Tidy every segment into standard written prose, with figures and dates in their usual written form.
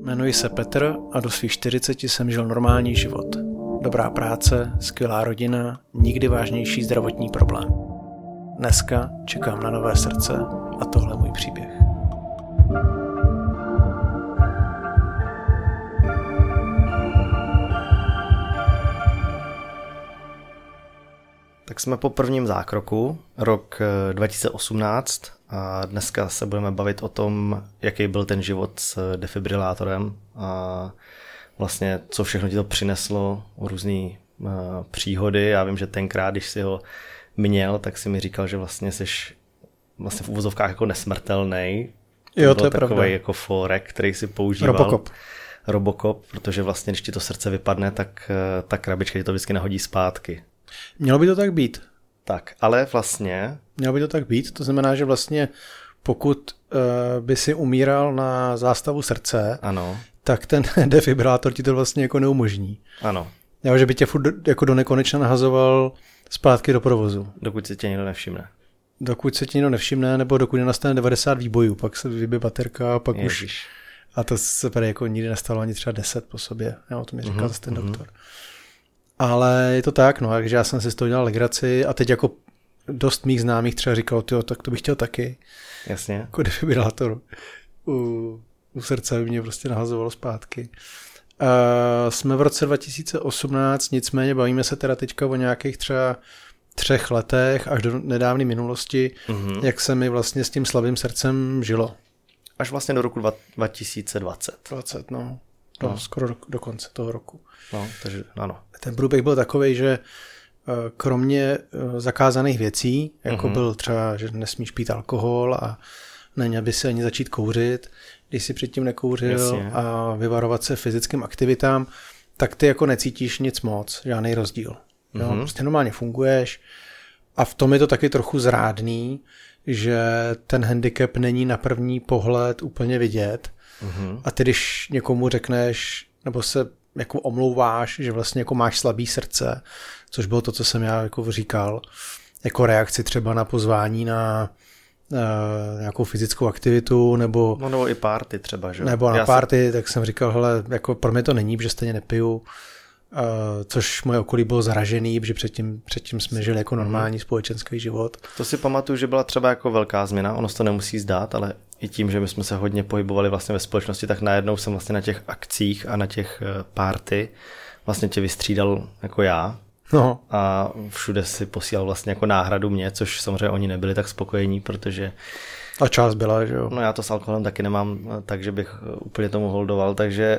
Jmenuji se Petr a do svých 40 jsem žil normální život. Dobrá práce, skvělá rodina, nikdy vážnější zdravotní problém. Dneska čekám na nové srdce a tohle je můj příběh. Tak jsme po prvním zákroku, rok 2018, a dneska se budeme bavit o tom, jaký byl ten život s defibrilátorem a vlastně co všechno ti to přineslo, různé příhody. Já vím, že tenkrát, když si ho měl, tak si mi říkal, že vlastně jsi vlastně v uvozovkách jako nesmrtelnej. Jo, to je takovej pravda. jako forek, který si používal. Robocop, protože vlastně, když ti to srdce vypadne, tak ta krabička ti to vždycky nahodí zpátky. Mělo by to tak být. Tak, ale vlastně... Mělo by to tak být, to znamená, že vlastně pokud by si umíral na zástavu srdce, ano. Tak ten defibrilátor ti to vlastně jako neumožní. Ano. Jo, že by tě furt jako do nekonečna nahazoval zpátky do provozu. Dokud se tě někdo nevšimne. Dokud se ti někdo nevšimne, nebo dokud nenastane 90 výbojů, pak se vybije baterka a pak Ježiš. už... A to se tady jako nikdy nestalo ani třeba 10 po sobě. Jo, to mi říkal zase ten doktor. Ale je to tak, no, takže já jsem si z toho dělal legraci a teď jako dost mých známých třeba říkalo, tyjo, tak to bych chtěl taky. Jasně. Jako defibrilátor u srdce by mě prostě nahazovalo zpátky. Jsme v roce 2018, nicméně bavíme se teda teďka o nějakých třeba 3 letech až do nedávné minulosti, jak se mi vlastně s tím slabým srdcem žilo. Až vlastně do roku 2020. 20, skoro do konce toho roku. No, takže ano. Ten průběh byl takovej, že kromě zakázaných věcí, jako byl třeba, že nesmíš pít alkohol a neměl by si ani začít kouřit, když si předtím nekouřil. Jasně. A vyvarovat se fyzickým aktivitám, tak ty jako necítíš nic moc, žádný rozdíl. Jo? Prostě normálně funguješ a v tom je to taky trochu zrádný, že ten handicap není na první pohled úplně vidět a ty když někomu řekneš, nebo se jako omlouváš, že vlastně jako máš slabý srdce, což bylo to, co jsem já jako říkal, jako reakci třeba na pozvání na nějakou fyzickou aktivitu, nebo... No, nebo i party třeba, že? Nebo na party, tak jsem říkal, hele, jako pro mě to není, protože stejně nepiju, což moje okolí bylo zaražený, protože předtím jsme žili jako normální společenský život. To si pamatuju, že byla třeba jako velká změna, ono se to nemusí zdát, ale i tím, že my jsme se hodně pohybovali vlastně ve společnosti, tak najednou jsem vlastně na těch akcích a na těch party vlastně tě vystřídal jako já. No. A všude si posílal vlastně jako náhradu mě, což samozřejmě oni nebyli tak spokojení, protože... A část byla, že jo? No já to s alkoholem taky nemám, takže bych úplně tomu holdoval, takže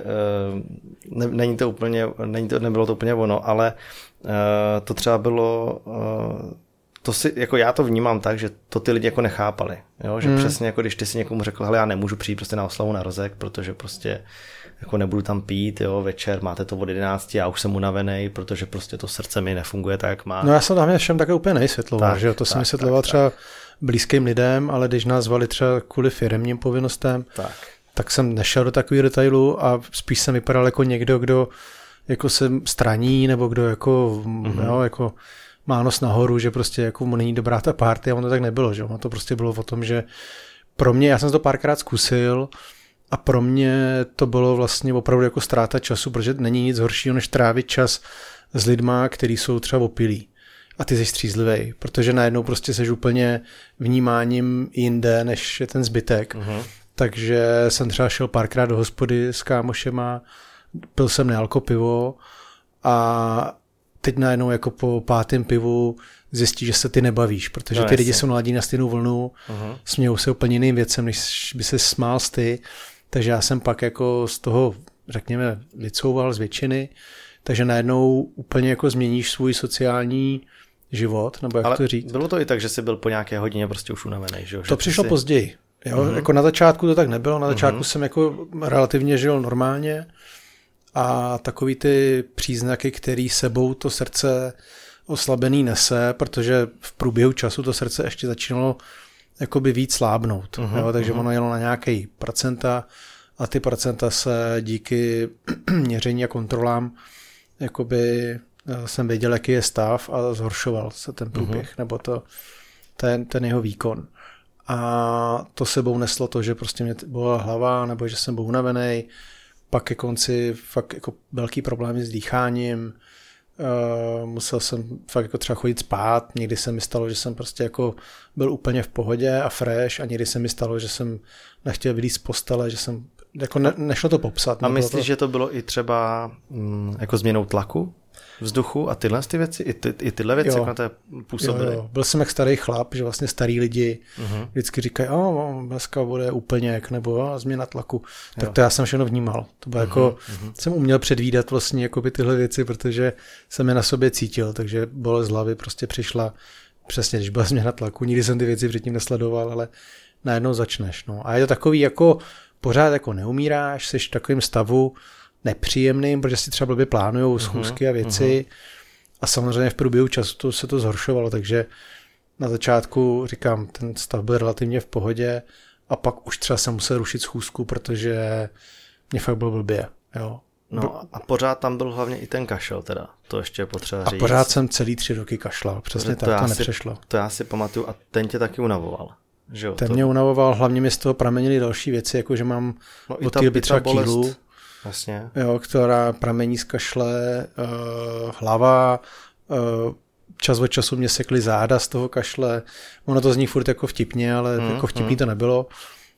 nebylo to úplně ono, ale to třeba bylo... To si, jako já to vnímám tak, že to ty lidi jako nechápali, jo? Že přesně jako když ty si někomu řekl, hele, já nemůžu přijít prostě na oslavu narozek, protože prostě jako nebudu tam pít, jo, večer máte to od 11, já už jsem unavený, protože prostě to srdce mi nefunguje tak, jak má. No já jsem tam všem také úplně nevysvětloval, že jo, to jsem vysvětloval třeba blízkým lidem, ale když nás zvali třeba kvůli firemním povinnostem, tak jsem nešel do takových detailů a spíš jsem vypadal jako někdo, kdo jako se straní, nebo kdo jako, jo, jako má nos nahoru, že prostě jako mu není dobrá ta party a ono tak nebylo, že ono to prostě bylo o tom, že pro mě, já jsem to párkrát zkusil a pro mě to bylo vlastně opravdu jako ztráta času, protože není nic horšího, než trávit čas s lidma, kteří jsou třeba opilí a ty jsi střízlivej, protože najednou prostě seš úplně vnímáním jinde, než je ten zbytek. Takže jsem třeba šel párkrát do hospody s kámošema, pil jsem nealko pivo a teď najednou jako po 5. pivu zjistí, že se ty nebavíš, protože ty lidi jsou naladí na stejnou vlnu, smějou se úplně jiným věcem, než by se smál ty. Takže já jsem pak jako z toho, řekněme, vycouval z většiny, takže najednou úplně jako změníš svůj sociální život, nebo jak to říct. Bylo to i tak, že jsi byl po nějaké hodině prostě už unavený, že jo? To přišlo později. Jo? Jako na začátku to tak nebylo, na začátku jsem jako relativně žil normálně a takový ty příznaky, který sebou to srdce oslabený nese, protože v průběhu času to srdce ještě začínalo jakoby víc slábnout. Jo? Takže ono jelo na nějaký procenta a ty procenta se díky měření a kontrolám jakoby jsem věděl, jaký je stav a zhoršoval se ten průběh, nebo ten jeho výkon. A to sebou neslo to, že prostě mě bolela hlava, nebo že jsem byl unavený, pak ke konci fakt jako velký problémy s dýcháním, musel jsem fakt jako třeba chodit spát, někdy se mi stalo, že jsem prostě jako byl úplně v pohodě a fresh a někdy se mi stalo, že jsem nechtěl vylít z postele, že jsem, jako nešlo to popsat. A myslíš, že to bylo i třeba jako změnou tlaku vzduchu a tyhle ty věci, i tyhle věci, jak na to působily? Jo. Byl jsem jak starý chlap, že vlastně starý lidi vždycky říkají, dneska bude úplněk, nebo změna tlaku. Tak to já jsem všechno vnímal. To bylo jako, jsem uměl předvídat vlastně jakoby tyhle věci, protože jsem je na sobě cítil, takže bolest z hlavy prostě přišla přesně, když byla změna tlaku. Nikdy jsem ty věci předtím nesledoval, ale najednou začneš. No. A je to takový jako, pořád jako neumíráš, jsi v takovém stavu nepříjemným, protože si třeba blbě plánujou schůzky a věci a samozřejmě v průběhu času se to zhoršovalo, takže na začátku říkám, ten stav byl relativně v pohodě a pak už třeba jsem musel rušit schůzku, protože mě fakt bylo blbě. Jo. No a pořád tam byl hlavně i ten kašel teda, to ještě je potřeba říct. A pořád jsem celý 3 roky kašlal, přesně tak, to nepřešlo. To já si pamatuju a ten tě taky unavoval. Že jo, ten mě unavoval, hlavně mi z toho pramenily další věci, jako že mám od té doby třeba kýlu, vlastně. Jo, která pramení z kašle, hlava, čas od času mě sekly záda z toho kašle, ono to zní furt jako vtipně, ale jako vtipný to nebylo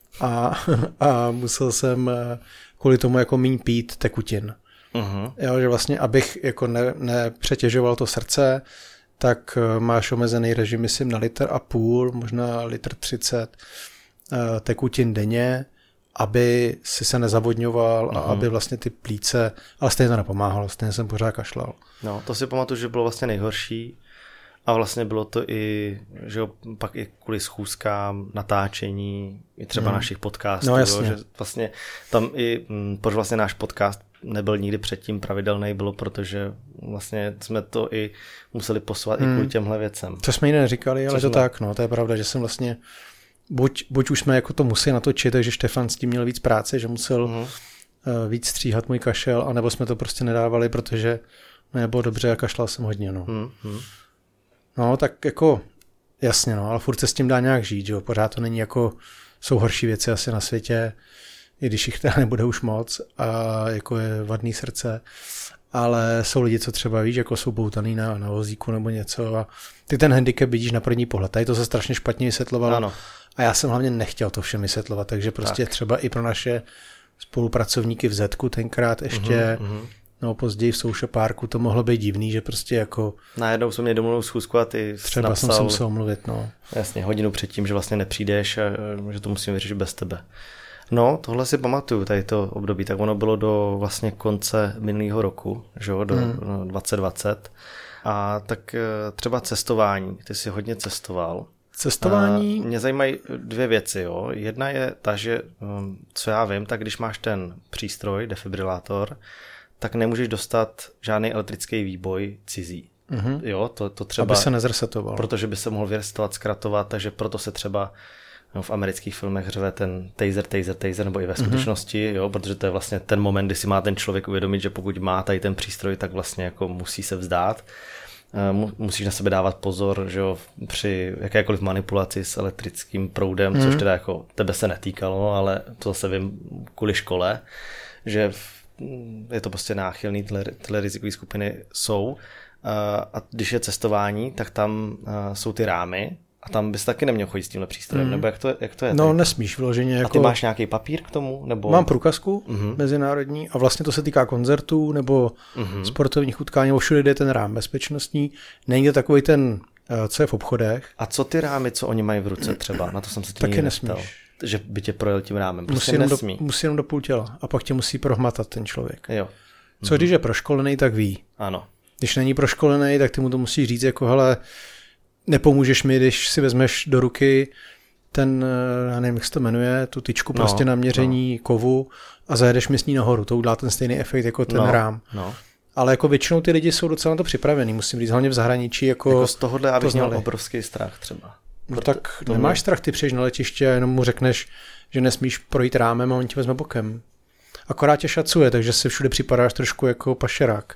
a musel jsem kvůli tomu jako míň pít tekutin. Jo, že vlastně, abych jako nepřetěžoval to srdce, tak máš omezený režim, myslím, na 1,5 litr, možná 1,30 litr tekutin denně, aby si se nezavodňoval a aby vlastně ty plíce, ale stejně to nepomáhalo, stejně jsem pořád kašlal. No, to si pamatuju, že bylo vlastně nejhorší a vlastně bylo to i, že pak i kvůli schůzkám, natáčení, i třeba našich podcastů, no, jo, že vlastně tam i, proč vlastně náš podcast nebyl nikdy předtím pravidelný, bylo protože vlastně jsme to i museli posouvat i kvůli těmhle věcem. To jsme jiné neříkali, ale to tak, no, to je pravda, že jsem vlastně buď už jsme jako to museli natočit, takže Štefan s tím měl víc práce, že musel víc stříhat můj kašel, anebo jsme to prostě nedávali, protože nebylo dobře a kašlal jsem hodně. No. No tak jako jasně, no, ale furt se s tím dá nějak žít, že jo, pořád to není jako, jsou horší věci asi na světě, i když jich teda nebude už moc a jako je vadný srdce, ale jsou lidi, co třeba víš, jako jsou boutaný na vozíku nebo něco a ty ten handicap vidíš na první pohled. Tady to se strašně špatně vysvětlovalo. Ano. A já jsem hlavně nechtěl to všem vysvětlovat, takže prostě třeba i pro naše spolupracovníky v Zetku tenkrát ještě, no později v Social Parku to mohlo být divný, že prostě jako... Najednou jsem měl domluvil schůzku a ty třeba napsal... jsem se musel omluvit, no. Jasně, hodinu předtím, že vlastně nepřijdeš a že to musím vyřešit bez tebe. No, tohle si pamatuju, tady to období, tak ono bylo do vlastně konce minulého roku, že jo, do 2020. A tak třeba cestování, ty jsi hodně cestoval. Cestování? Mě zajímají 2 věci, jo. Jedna je ta, že co já vím, tak když máš ten přístroj, defibrilátor, tak nemůžeš dostat žádný elektrický výboj cizí. Jo, to třeba... Aby se nezresetoval. Protože by se mohl vyresetovat, zkratovat, takže proto se třeba v amerických filmech řve ten taser, nebo i ve skutečnosti, jo, protože to je vlastně ten moment, kdy si má ten člověk uvědomit, že pokud má tady ten přístroj, tak vlastně jako musí se vzdát. Musíš na sebe dávat pozor, že jo, při jakékoliv manipulaci s elektrickým proudem, což teda jako tebe se netýkalo, ale to zase vím kvůli škole, že je to prostě náchylný, tyhle rizikové skupiny jsou. A když je cestování, tak tam jsou ty rámy a tam bys taky neměl chodit s tímhle přístrojem, nebo jak to je? No nesmíš vyloženě. Jako... A ty máš nějaký papír k tomu? Nebo... Mám průkazku mezinárodní a vlastně to se týká koncertů nebo sportovních utkání, nebo všude, kde je ten rám bezpečnostní. Není to takový ten, co je v obchodech. A co ty rámy, co oni mají v ruce třeba? Na to jsem se tím taky nesmíš. Že by tě projel tím rámem. Prostě musí jenom do půl těla a pak tě musí prohmatat ten člověk. Jo. Co když je proškolený, tak ví. Ano. Když není proškolený, tak ty mu to musí říct jako hele, nepomůžeš mi, když si vezmeš do ruky ten, já nevím, jak se to jmenuje, tu tyčku prostě na měření kovu a zajedeš mi s ní nahoru. To udělá ten stejný efekt jako ten rám. No. Ale jako většinou ty lidi jsou docela na to připravený, musím říct, hlavně v zahraničí. Jako z tohohle já bych měl obrovský strach třeba. No tak nemáš strach, ty přijdeš na letiště a jenom mu řekneš, že nesmíš projít rámem a on ti vezme bokem. Akorát tě šacuje, takže si všude připadáš trošku jako pašerák.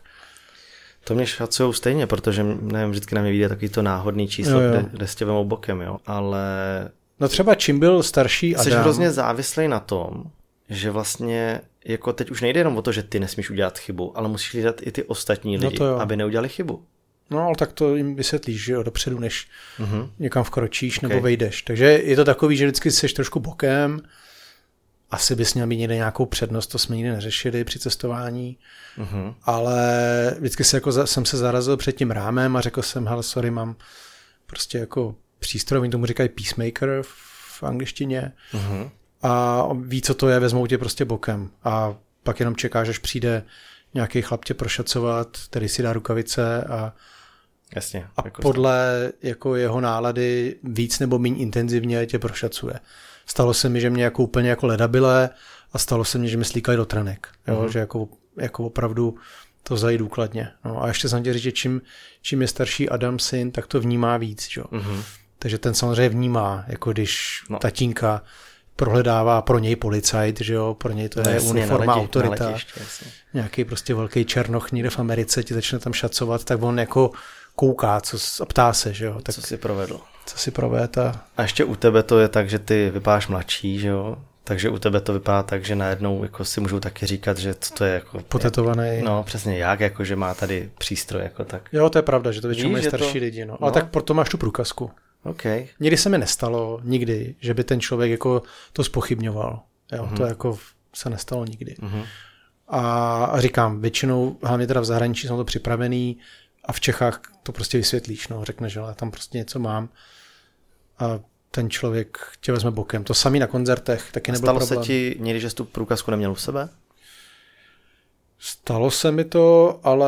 To mě šacujou stejně, protože nevím, vždycky na mě vyjde takový to náhodný číslo, kde s tě vemou bokem, jo. Ale... No třeba čím byl starší Adam... Jsi hrozně závislý na tom, že vlastně jako teď už nejde jenom o to, že ty nesmíš udělat chybu, ale musíš hlídat i ty ostatní lidi, aby neudělali chybu. No, ale tak to jim vysvětlíš, že jo, dopředu, než někam vkročíš nebo vejdeš. Takže je to takový, že vždycky jsi trošku bokem, asi bys měl mít někde nějakou přednost, to jsme nikdy neřešili při cestování, ale vždycky jsem se zarazil před tím rámem a řekl jsem, hele, sorry, mám prostě jako přístroj, oni tomu říkají peacemaker v angličtině a ví, co to je, vezmou tě prostě bokem a pak jenom čekáš, až přijde nějaký chlap tě prošacovat, který si dá rukavice a jasně, a jako podle jako jeho nálady víc nebo méně intenzivně tě prošacuje. Stalo se mi, že mě jako úplně jako ledabile a stalo se mi, že mi slíkali do trenek. Jo? Že jako opravdu to zají důkladně. No a ještě jsem tě říct, že čím je starší Adam syn, tak to vnímá víc. Jo? Takže ten samozřejmě vnímá, jako když tatínka prohledává pro něj policajt, že jo, pro něj to je uniforma autorita. Nějaký prostě velký černoch někde v Americe ti začne tam šacovat, tak on jako kouká a ptá se, že jo. Tak co si provedl. Co si provedl. A ještě u tebe to je tak, že ty vypadáš mladší, že jo. Takže u tebe to vypadá tak, že najednou jako si můžou taky říkat, že co to je jako potetovaný. No přesně jak, jako že má tady přístroj jako tak. Jo, to je pravda, že to většinou mají starší lidi, no. Ale tak proto máš tu průkazku. Okay. Nikdy se mi nestalo, nikdy, že by ten člověk jako to zpochybňoval. Jo, to jako se nestalo nikdy. A říkám, většinou, hlavně teda v zahraničí jsem to připravený a v Čechách to prostě vysvětlíš, no, řekneš, že já tam prostě něco mám a ten člověk tě vezme bokem. To samý na koncertech, taky nebyl problém. Stalo se ti někdy, že jsi tu průkazku neměl u sebe? Stalo se mi to, ale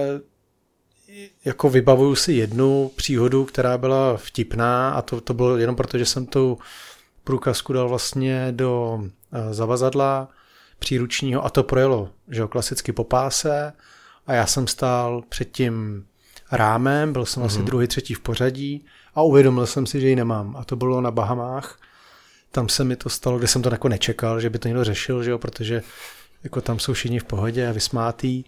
jako vybavuju si jednu příhodu, která byla vtipná a to bylo jenom proto, že jsem tu průkazku dal vlastně do zavazadla příručního a to projelo, že jo, klasicky po páse a já jsem stál před tím rámem, byl jsem asi druhý, třetí v pořadí a uvědomil jsem si, že ji nemám a to bylo na Bahamách. Tam se mi to stalo, kde jsem to jako nečekal, že by to někdo řešil, že jo, protože jako tam jsou všichni v pohodě a vysmátý.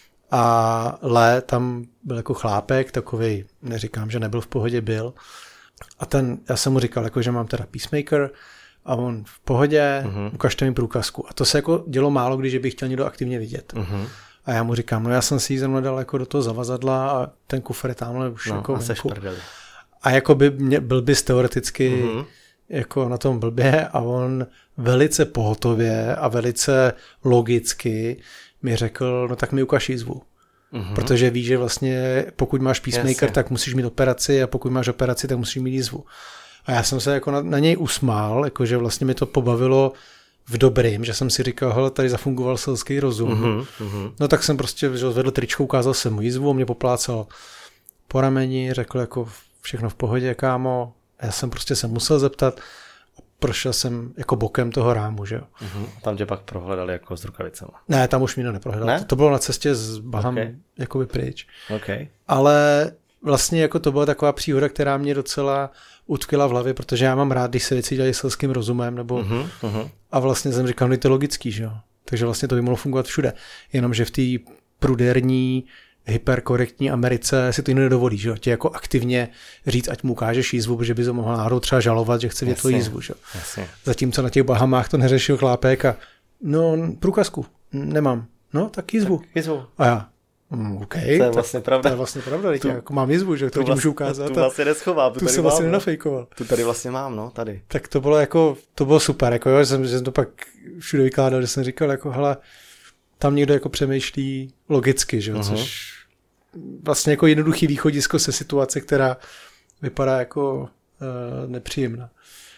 A tam byl jako chlápek, takovej, neříkám, že nebyl v pohodě, byl. A já jsem mu říkal, jako, že mám teda peacemaker a on v pohodě, ukažte mi průkazku. A to se jako dělo málo, když bych chtěl někdo aktivně vidět. A já mu říkám, no já jsem si ji zrovna dal jako do toho zavazadla a ten kufr je tamhle už jako venku. A jako byl bys teoreticky jako na tom blbě a on velice pohotově a velice logicky mi řekl, no tak mi ukaž jízvu. Protože ví, že vlastně pokud máš peacemaker, tak musíš mít operaci a pokud máš operaci, tak musíš mít jízvu. A já jsem se jako na něj usmál, jakože vlastně mi to pobavilo v dobrým, že jsem si říkal, hele, tady zafungoval selský rozum. No tak jsem prostě zvedl tričko, ukázal jsem mu jízvu, on mě poplácal po rameni, řekl jako všechno v pohodě, kámo. Já jsem prostě se musel zeptat. Prošel jsem jako bokem toho rámu, že jo. Tam tě pak prohledali jako s rukavicama. Ne, tam už mě neprohledal. Ne? To bylo na cestě z Baham jakoby pryč. Okay. Ale vlastně jako to byla taková příhoda, která mě docela utkvěla v hlavě, protože já mám rád, když se věci dělají selským rozumem, nebo a vlastně jsem říkal, no to je logický, že jo. Takže vlastně to by mohlo fungovat všude. Jenomže v té prudérní hyperkorektní Americe si to jiný nedovolí, že jo? Tě jako aktivně říct, ať mu ukážeš jízvu, protože by to mohla náhodou třeba žalovat, že chce vidět tvoji jízvu, že jo? Zatímco na těch Bahamách to neřešil chlápek a no, průkazku nemám. No, tak jízvu. A já, okay, to je vlastně pravda. To je vlastně pravda, teď jako mám jízvu, že to ti můžu ukázat. Tu vlastně neschovám. Tu jsem vlastně nenafejkoval. Tu tady vlastně mám, no, tady. Tak to bylo jako, to bylo super, jako jo, že jsem to pak všude vykládal, že jsem říkal, jako hele, tam někdo jako přemýšlí logicky, že jo, což vlastně jako jednoduchý východisko se situace, která vypadá jako nepříjemná.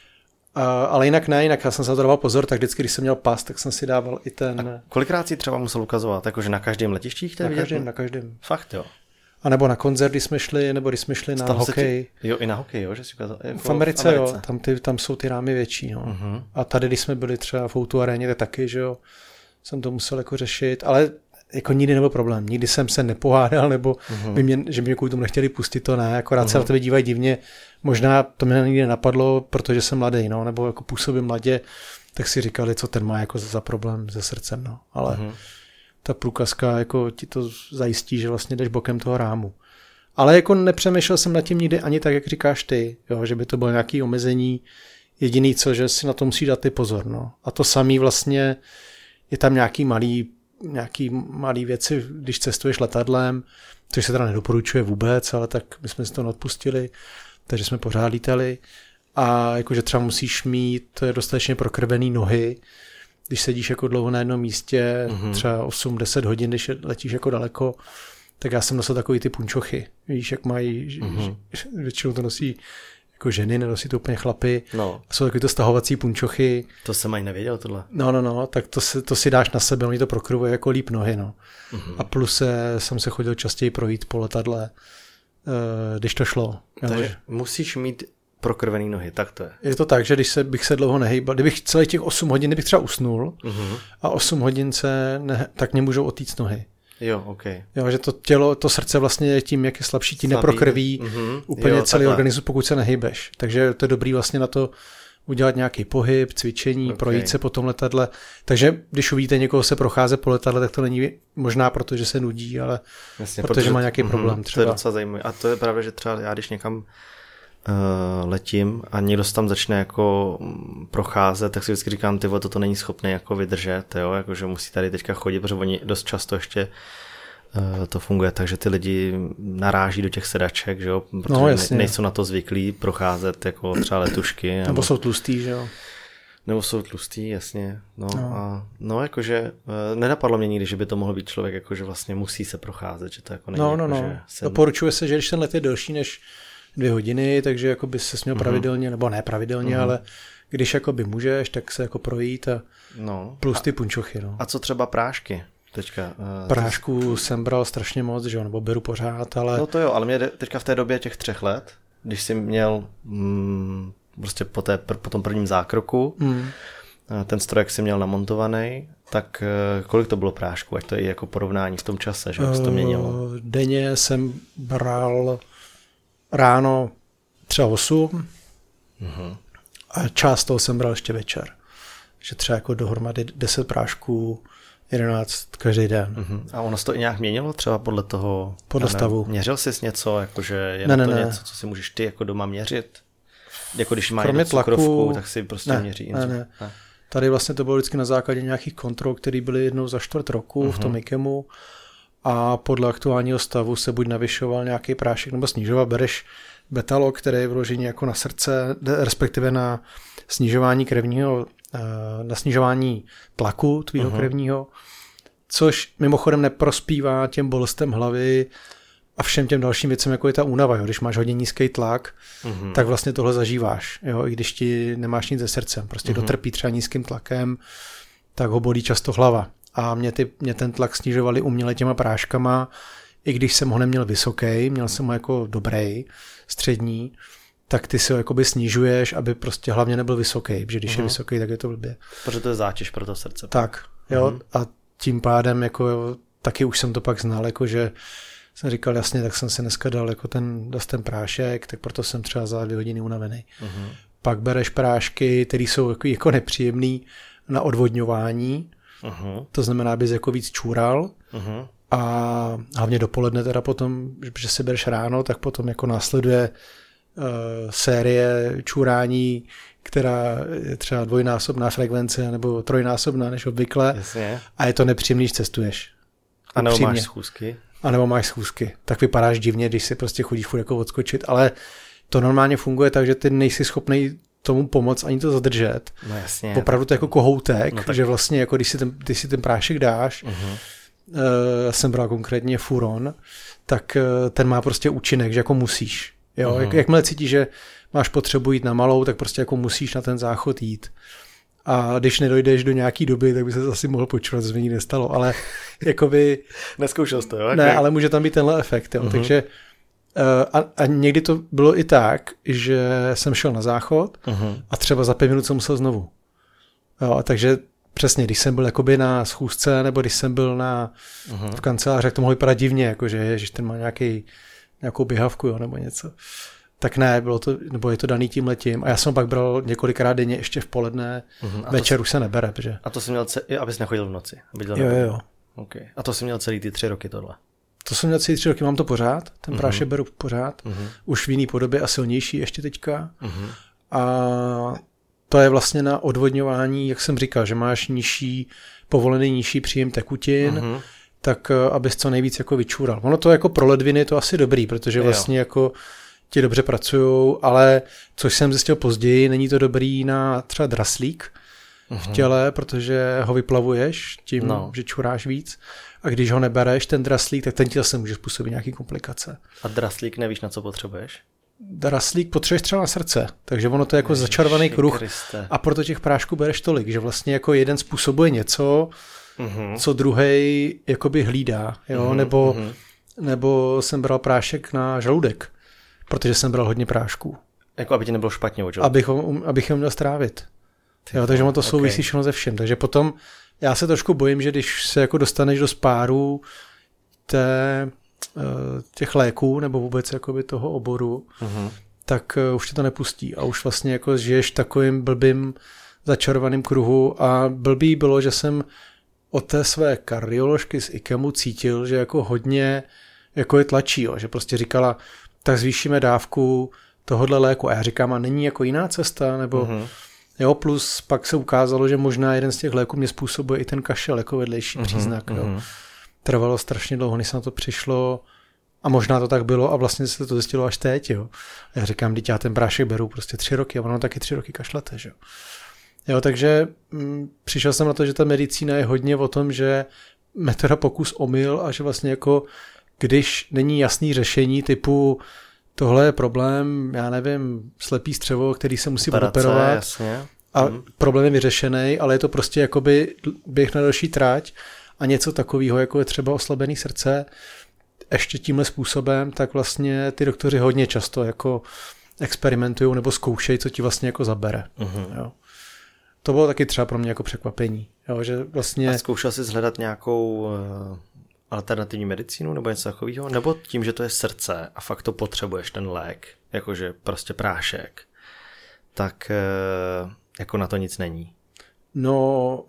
Ale jinak já jsem se dával pozor, tak vždycky, když jsem měl pas, tak jsem si dával i ten... A kolikrát si třeba musel ukazovat? Jakože na každém letišti? Na každém. Fakt jo? A nebo na koncert, když jsme šli, nebo když jsme šli na hokej. Jo, i na hokej, jo, že si ukázal. Jako v Americe, jo, tam jsou ty rámy větší, no. A tady, když jsme byli třeba v O2 aréně, tak taky, že jo, jsem to musel jako řešit, ale jako nikdy nebyl problém. Nikdy jsem se nepohádal, nebo že mě kvůli tomu nechtěli pustit, to ne, akorát se na tebe dívají divně. Možná to mě nikdy nenapadlo, protože jsem mladý, no, nebo jako působím mladě, tak si říkali, co ten má jako za problém se srdcem, no. Ale ta průkazka jako ti to zajistí, že vlastně jdeš bokem toho rámu. Ale jako nepřemýšlel jsem nad tím nikdy ani tak, jak říkáš ty, jo, že by to bylo nějaké omezení. Jediný co, že si na to musí dát ty pozor, no. A to samý vlastně je tam nějaký malý věci, když cestuješ letadlem, což se teda nedoporučuje vůbec, ale tak my jsme si to neodpustili, takže jsme pořád lítali. A jakože třeba musíš mít dostatečně prokrvený nohy, když sedíš jako dlouho na jednom místě, třeba 8-10 hodin, když letíš jako daleko, tak já jsem nosil takový ty punčochy. Víš, jak mají, většinou to nosí jako ženy, nenosí to úplně chlapy. No. Jsou takový to stahovací punčochy. To jsem ani nevěděl tohle. No, tak to si dáš na sebe, oni to prokrvuje jako líp nohy, no. A plus jsem se chodil častěji projít po letadle, když to šlo. Takže musíš mít prokrvený nohy, tak to je. Je to tak, že bych se dlouho nehejbal, kdybych celých těch 8 hodin, kdybych třeba usnul a 8 hodin tak mě můžou otýct nohy. Jo, ok. Jo, že to tělo, to srdce vlastně tím, jak je slabší, tím neprokrví úplně celý organismus, pokud se nehybeš. Takže to je dobrý vlastně na to udělat nějaký pohyb, cvičení, projít se po tom letadle. Takže když uvidíte někoho se procházet po letadle, tak to není možná proto, že se nudí, ale jasně, protože má nějaký problém třeba. To je docela zajímavé. A to je pravda, že třeba já když někam letím a někdo se tam začne jako procházet, tak si vždycky říkám, ty toto není schopný jako vydržet, jo? Jako, že musí tady teďka chodit, protože oni dost často ještě to funguje tak, že ty lidi naráží do těch sedaček, že jo? Protože nejsou na to zvyklí procházet jako třeba letušky. Nebo jsou tlustý, že jo? Nebo jsou tlustý, jasně. No, jakože nenapadlo mě nikdy, že by to mohl být člověk, jakože vlastně musí se procházet, že to jako není. Doporučuje se, že když ten let je delší než 2 hodiny, takže jako by se směl pravidelně, nebo ne pravidelně, ale když jako by můžeš, tak se jako projít a plus ty punčochy. No. A co třeba prášky? Teďka, prášku jsem bral strašně moc, že jo, nebo beru pořád, ale... No to jo, ale mě teďka v té době těch 3 let, když jsi měl prostě po tom prvním zákroku, ten strojek si měl namontovaný, tak kolik to bylo prášku, ať to je jako porovnání v tom čase, že se to měnilo? Denně jsem bral ráno třeba 8 a část toho jsem bral ještě večer. Že třeba jako dohromady 10 prášků, 11 každý den. A ono se to i nějak měnilo třeba podle toho? Podle stavu. Měřil jsi něco, jakože je to něco, co si můžeš ty jako doma měřit? Jako když má jednu cukrovku, tak si prostě měří. Ne. Tady vlastně to bylo vždycky na základě nějakých kontrol, které byly jednou za 4 roku v tom IKEMu a podle aktuálního stavu se buď navyšoval nějaký prášek nebo snižoval. Bereš betalok, který je vložený jako na srdce, respektive na snižování krevního, na snižování tlaku tvýho krevního, což mimochodem neprospívá těm bolestem hlavy a všem těm dalším věcem, jako je ta únava. Jo. Když máš hodně nízký tlak, tak vlastně tohle zažíváš. Jo. I když ti nemáš nic se srdcem. Prostě kdo trpí třeba nízkým tlakem, tak ho bolí často hlava. A mě ten tlak snižovali uměle těma práškama, i když jsem ho neměl vysoký, měl jsem ho jako dobrý, střední, tak ty si ho jakoby snižuješ, aby prostě hlavně nebyl vysoký, protože když je vysoký, tak je to blbě. Protože to je zátěž pro to srdce. Tak, jo, a tím pádem jako taky už jsem to pak znal, jako že jsem říkal jasně, tak jsem si dneska dal jako ten prášek, tak proto jsem třeba za 2 hodiny unavený. Pak bereš prášky, které jsou jako nepříjemný na odvodňování, to znamená, abys jako víc čůral a hlavně dopoledne teda potom, že si bereš ráno, tak potom jako následuje série čůrání, která je třeba 2násobná frekvence nebo 3násobná než obvykle. Jasně. A je to nepříjemný, když cestuješ. A nebo máš schůzky. A nebo máš schůzky. Tak vypadáš divně, když si prostě chodíš furt jako odskočit, ale to normálně funguje tak, že ty nejsi schopný tomu pomoct ani to zadržet. No jasně. Opravdu to jako kohoutek, no tak... že vlastně jako když si ten prášek dáš, jsem bral konkrétně Furon, tak ten má prostě účinek, že jako musíš. Jo? Jakmile cítíš, že máš potřebu jít na malou, tak prostě jako musíš na ten záchod jít. A když nedojdeš do nějaký doby, tak by se asi mohl počuvat, co se mi nestalo, ale jakoby... Neskoušel jsi to, jo? Ne, ale může tam být tenhle efekt, jo? Takže a někdy to bylo i tak, že jsem šel na záchod a třeba za 5 minut jsem musel znovu. Jo, takže přesně, když jsem byl jakoby na schůzce, nebo když jsem byl v kanceláři, tak to mohlo vypadat divně, jakože ježiš, ten má nějakou běhavku, jo, nebo něco. Tak ne, bylo to, nebo je to daný tímhletím. A já jsem pak bral několikrát denně ještě v poledne, večer už se nebere. Protože... A to jsi měl, abys nechodil v noci? Jo. Okay. A to jsi měl celý ty 3 roky tohle? To jsem měl celý 3 roky, mám to pořád, ten prášek beru pořád, už v jiný podobě a silnější ještě teďka. A to je vlastně na odvodňování, jak jsem říkal, že máš povolený nižší příjem tekutin, tak abys co nejvíc jako vyčůral. Ono to jako pro ledviny je to asi dobrý, protože vlastně jako ti dobře pracujou, ale což jsem zjistil později, není to dobrý na třeba draslík v těle, protože ho vyplavuješ tím, že čuráš víc. A když ho nebereš, ten draslík, tak ten ti zase může způsobit nějaký komplikace. A draslík nevíš, na co potřebuješ? Draslík potřebuješ třeba na srdce, takže ono to je jako začarovaný kruh a proto těch prášků bereš tolik, že vlastně jako jeden způsobuje něco, co druhej jakoby hlídá, jo? Nebo jsem bral prášek na žaludek, protože jsem bral hodně prášků. Jako aby ti nebylo špatně od žaludku. Abych ho měl strávit. Jo, takže ono to souvisí všechno ze všem. Takže potom já se trošku bojím, že když se jako dostaneš do spáru těch léků nebo vůbec jakoby toho oboru, tak už tě to nepustí a už vlastně jako žiješ takovým blbým začarovaným kruhu a blbý bylo, že jsem od té své kardioložky z IKEMu cítil, že jako hodně jako je tlačí, jo, že prostě říkala, tak zvýšíme dávku tohodle léku a já říkám, a není jako jiná cesta, nebo jo, plus pak se ukázalo, že možná jeden z těch léků mě způsobuje i ten kašel jako vedlejší příznak. Jo. Trvalo strašně dlouho, než se na to přišlo a možná to tak bylo a vlastně se to zjistilo až teď. Jo. A já říkám, teď já ten prášek beru prostě 3 roky a ono taky 3 roky kašlete. Že? Jo, takže přišel jsem na to, že ta medicína je hodně o tom, že metoda pokus omyl a že vlastně jako když není jasný řešení typu tohle je problém, já nevím, slepý střevo, který se musí odoperovat. Jasně. A problém je vyřešený, ale je to prostě jakoby běh na další trať a něco takového, jako je třeba oslabený srdce, ještě tímhle způsobem, tak vlastně ty doktoři hodně často jako experimentují nebo zkoušejí, co ti vlastně jako zabere. Jo. To bylo taky třeba pro mě jako překvapení. Jo, že vlastně... A zkoušel jsi hledat nějakou alternativní medicínu nebo něco takového? Nebo tím, že to je srdce a fakt to potřebuješ, ten lék, jakože prostě prášek, tak jako na to nic není? No,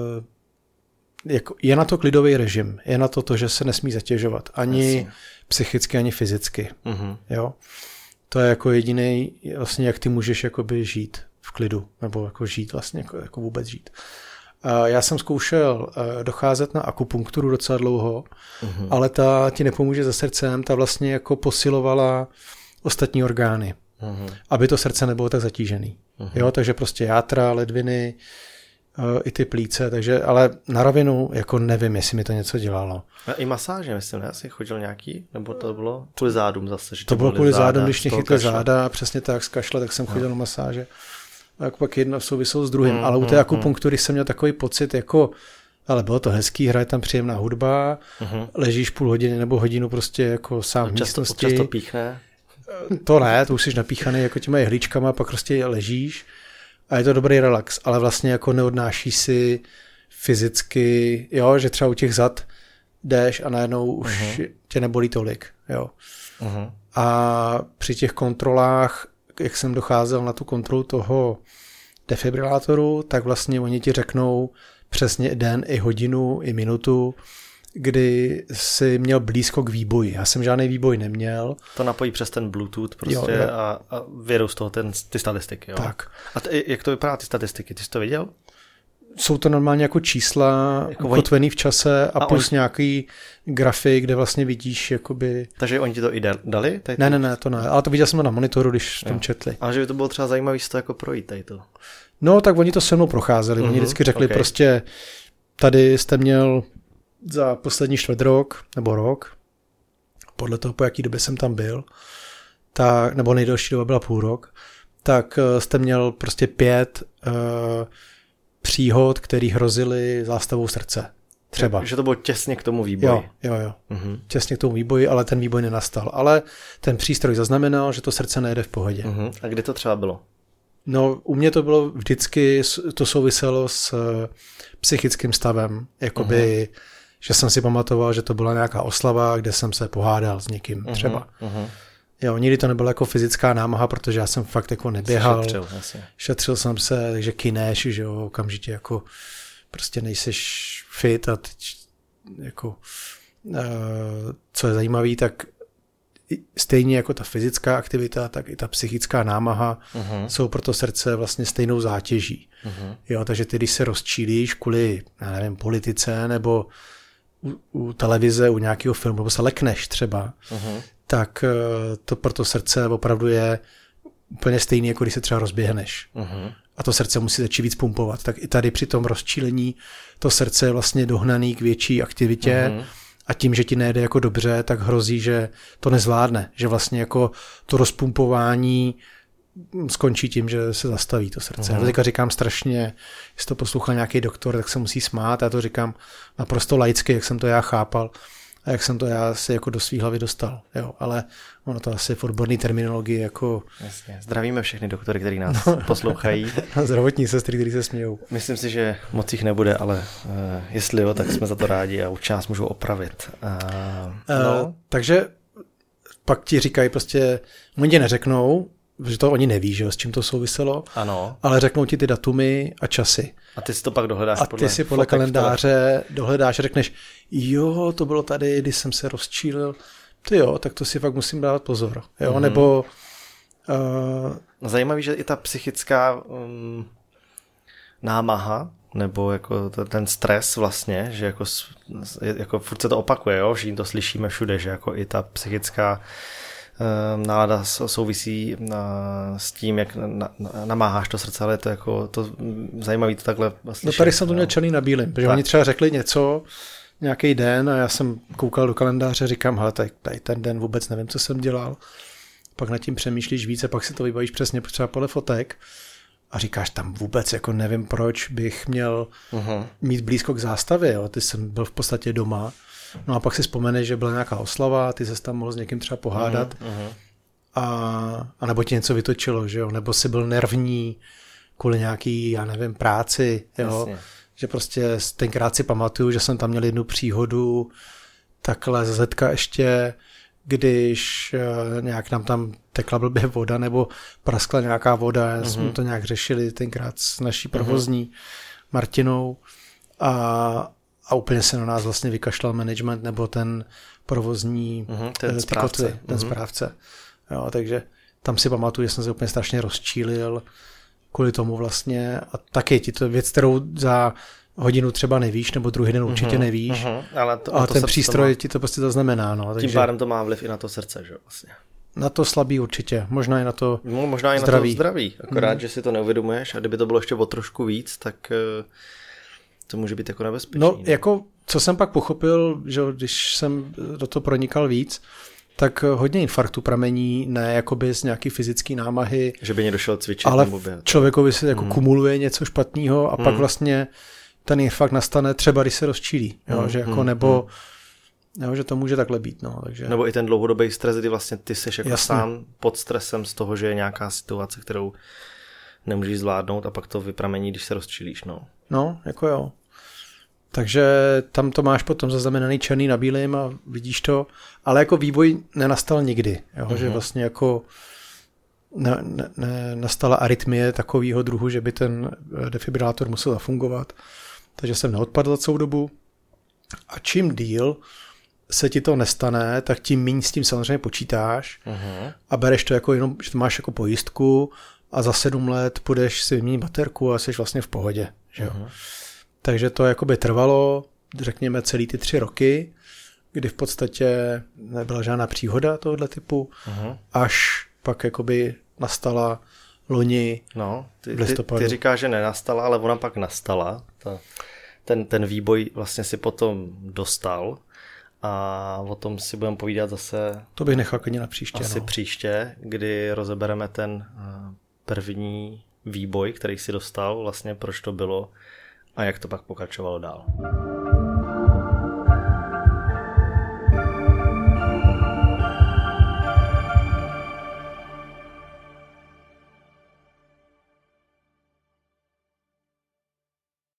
jako je na to klidový režim. Je na to, že se nesmí zatěžovat. Ani psychicky, ani fyzicky. Jo? To je jako jediný, vlastně, jak ty můžeš jakoby žít v klidu. Nebo jako žít vlastně, jako vůbec žít. Já jsem zkoušel docházet na akupunkturu docela dlouho, ale ta ti nepomůže se srdcem, ta vlastně jako posilovala ostatní orgány, aby to srdce nebylo tak zatížený. Jo, takže prostě játra, ledviny, i ty plíce, takže, ale na rovinu jako nevím, jestli mi to něco dělalo. A i masáže, myslím, ne? Jsi chodil nějaký? Nebo to bylo kvůli zádům zase? Že to bylo kvůli zádům, když mě chytli záda, přesně tak z kašle, tak jsem chodil na masáže. A pak jedno souviselo s druhým, ale u té akupunktury jsem měl takový pocit, jako, ale bylo to hezký, hraje tam příjemná hudba, ležíš půl hodiny nebo hodinu prostě jako sám v místnosti. Často píchne? To ne, to už jsi napíchaný jako těma jehličkama, pak prostě ležíš a je to dobrý relax, ale vlastně jako neodnáší si fyzicky, jo, že třeba u těch zad jdeš a najednou už tě nebolí tolik, jo. A při těch kontrolách, jak jsem docházel na tu kontrolu toho defibrilátoru, tak vlastně oni ti řeknou přesně den, i hodinu, i minutu, kdy jsi měl blízko k výboji. Já jsem žádný výboj neměl. To napojí přes ten Bluetooth prostě jo. A vědou z toho ty statistiky. Jo? Tak. A jak to vypadá ty statistiky? Ty jsi to viděl? Jsou to normálně jako čísla jako ukotvený v čase a plus nějaký grafy, kde vlastně vidíš jakoby... Takže oni ti to i dali? Ne, to ne. Ale to viděl jsem to na monitoru, když tam četli. Ale že by to bylo třeba zajímavé si to jako projít tady to. No, tak oni to se mnou procházeli. Oni vždycky řekli prostě, tady jste měl za poslední čtvrtrok nebo rok, podle toho, po jaký době jsem tam byl, tak, nebo nejdelší doba byla půl rok, tak jste měl prostě 5 příhod, které hrozily zástavou srdce. Třeba. Že to bylo těsně k tomu výboji. Jo. Těsně k tomu výboji, ale ten výboj nenastal. Ale ten přístroj zaznamenal, že to srdce nejede v pohodě. A kdy to třeba bylo? No, u mě to bylo vždycky, to souviselo s psychickým stavem. Jakoby, že jsem si pamatoval, že to byla nějaká oslava, kde jsem se pohádal s někým třeba. Jo, nikdy to nebyla jako fyzická námaha, protože já jsem fakt jako neběhal. Šetřil jsem se, takže kineš, že jo, okamžitě jako prostě nejseš fit a teď jako co je zajímavý, tak stejně jako ta fyzická aktivita, tak i ta psychická námaha jsou pro to srdce vlastně stejnou zátěží. Jo, takže ty, když se rozčílíš kvůli, já nevím, politice nebo u televize, u nějakého filmu, nebo se lekneš třeba, tak to pro to srdce opravdu je úplně stejný, jako když se třeba rozběhneš. A to srdce musí začít víc pumpovat. Tak i tady při tom rozčílení to srdce je vlastně dohnaný k větší aktivitě a tím, že ti nejde jako dobře, tak hrozí, že to nezvládne. Že vlastně jako to rozpumpování skončí tím, že se zastaví to srdce. Já to teďka říkám strašně, jestli to poslouchal nějaký doktor, tak se musí smát. Já to říkám naprosto laicky, jak jsem to já chápal a jak jsem to já si jako do svý hlavy dostal. Jo, ale ono to asi v odborné terminologii jako... Jasně. Zdravíme všechny doktory, kteří nás poslouchají. A zdravotní sestry, kteří se smějou. Myslím si, že moc jich nebude, ale jestli jo, tak jsme za to rádi a určitě nás můžou opravit. Takže pak ti říkají prostě, oni tě neřeknou, protože to oni neví, že jo, s čím to souviselo, ano. Ale řeknou ti ty datumy a časy. A ty si to pak dohledáš podle ty si podle kalendáře dohledáš a řekneš, jo, to bylo tady, když jsem se rozčílil, ty jo, tak to si fakt musím dávat pozor. Jo, nebo... Zajímavý, že i ta psychická námaha, nebo jako ten stres vlastně, že jako furt se to opakuje, jo, že to slyšíme všude, že jako i ta psychická nálada souvisí s tím, jak namáháš to srdce, ale je to jako to zajímavé to takhle slyšet. No tady jsem to měl černý na bílým, protože oni třeba řekli něco nějaký den a já jsem koukal do kalendáře, říkám, hele, tady ten den vůbec nevím, co jsem dělal. Pak nad tím přemýšlíš více, pak si to vybavíš přesně třeba podle fotek a říkáš, tam vůbec jako nevím, proč bych měl mít blízko k zástavě, jo. Ty jsem byl v podstatě doma. No a pak si vzpomeneš, že byla nějaká oslava, ty ses tam mohl s někým třeba pohádat a nebo ti něco vytočilo, že jo, nebo jsi byl nervní kvůli nějaký, já nevím, práci, jo, že prostě tenkrát si pamatuju, že jsem tam měl jednu příhodu takhle ze Zetka ještě, když nějak nám tam tekla blbě voda nebo praskla nějaká voda, jsme to nějak řešili tenkrát s naší provozní Martinou a úplně se na nás vlastně vykašlal management nebo ten provozní ten správce. Jo, takže tam si pamatuju, že jsem se úplně strašně rozčílil kvůli tomu vlastně a taky ti to věc, kterou za hodinu třeba nevíš, nebo druhý den určitě nevíš, ale ten přístroj ti to prostě zaznamená. No, tím pádem to má vliv i na to srdce, že vlastně. Na to slabý určitě, možná i na to možná i zdraví. Na to zdraví, akorát, že si to neuvědomuješ a kdyby to bylo ještě o trošku víc, tak to může být jako nebezpečný. No, jako, co jsem pak pochopil, že když jsem do toho pronikal víc, tak hodně infarktů pramení, ne jakoby z nějaký fyzický námahy. Že by někdo šel cvičit. Ale člověkovi se jako kumuluje něco špatného a pak vlastně ten infarkt nastane třeba, když se rozčílí. Jo, že jako nebo jo, že to může takhle být. No, takže... Nebo i ten dlouhodobý stres, kdy vlastně ty seš jako sám pod stresem z toho, že je nějaká situace, kterou nemůžeš zvládnout a pak to vypramení, když se rozčílíš. No, jako jo. Takže tam to máš potom zaznamenaný černý na bílým a vidíš to, ale jako vývoj nenastal nikdy, jo? Že vlastně jako nastala arytmie takového druhu, že by ten defibrilátor musel zafungovat, takže jsem neodpadl za celou dobu a čím díl se ti to nestane, tak tím méně s tím samozřejmě počítáš a bereš to jako jenom, že to máš jako pojistku a za 7 let půjdeš si vyměnit baterku a jsi vlastně v pohodě, že jo. Takže to jakoby trvalo, řekněme, celý ty 3 roky, kdy v podstatě nebyla žádná příhoda tohoto typu, až pak jakoby nastala loni v listopadu. Ty říkáš, že nenastala, ale ona pak nastala. Ten výboj vlastně si potom dostal a o tom si budeme povídat zase... To bych nechal klidně na příště. Asi příště, kdy rozebereme ten první výboj, který si dostal, vlastně proč to bylo a jak to pak pokračovalo dál.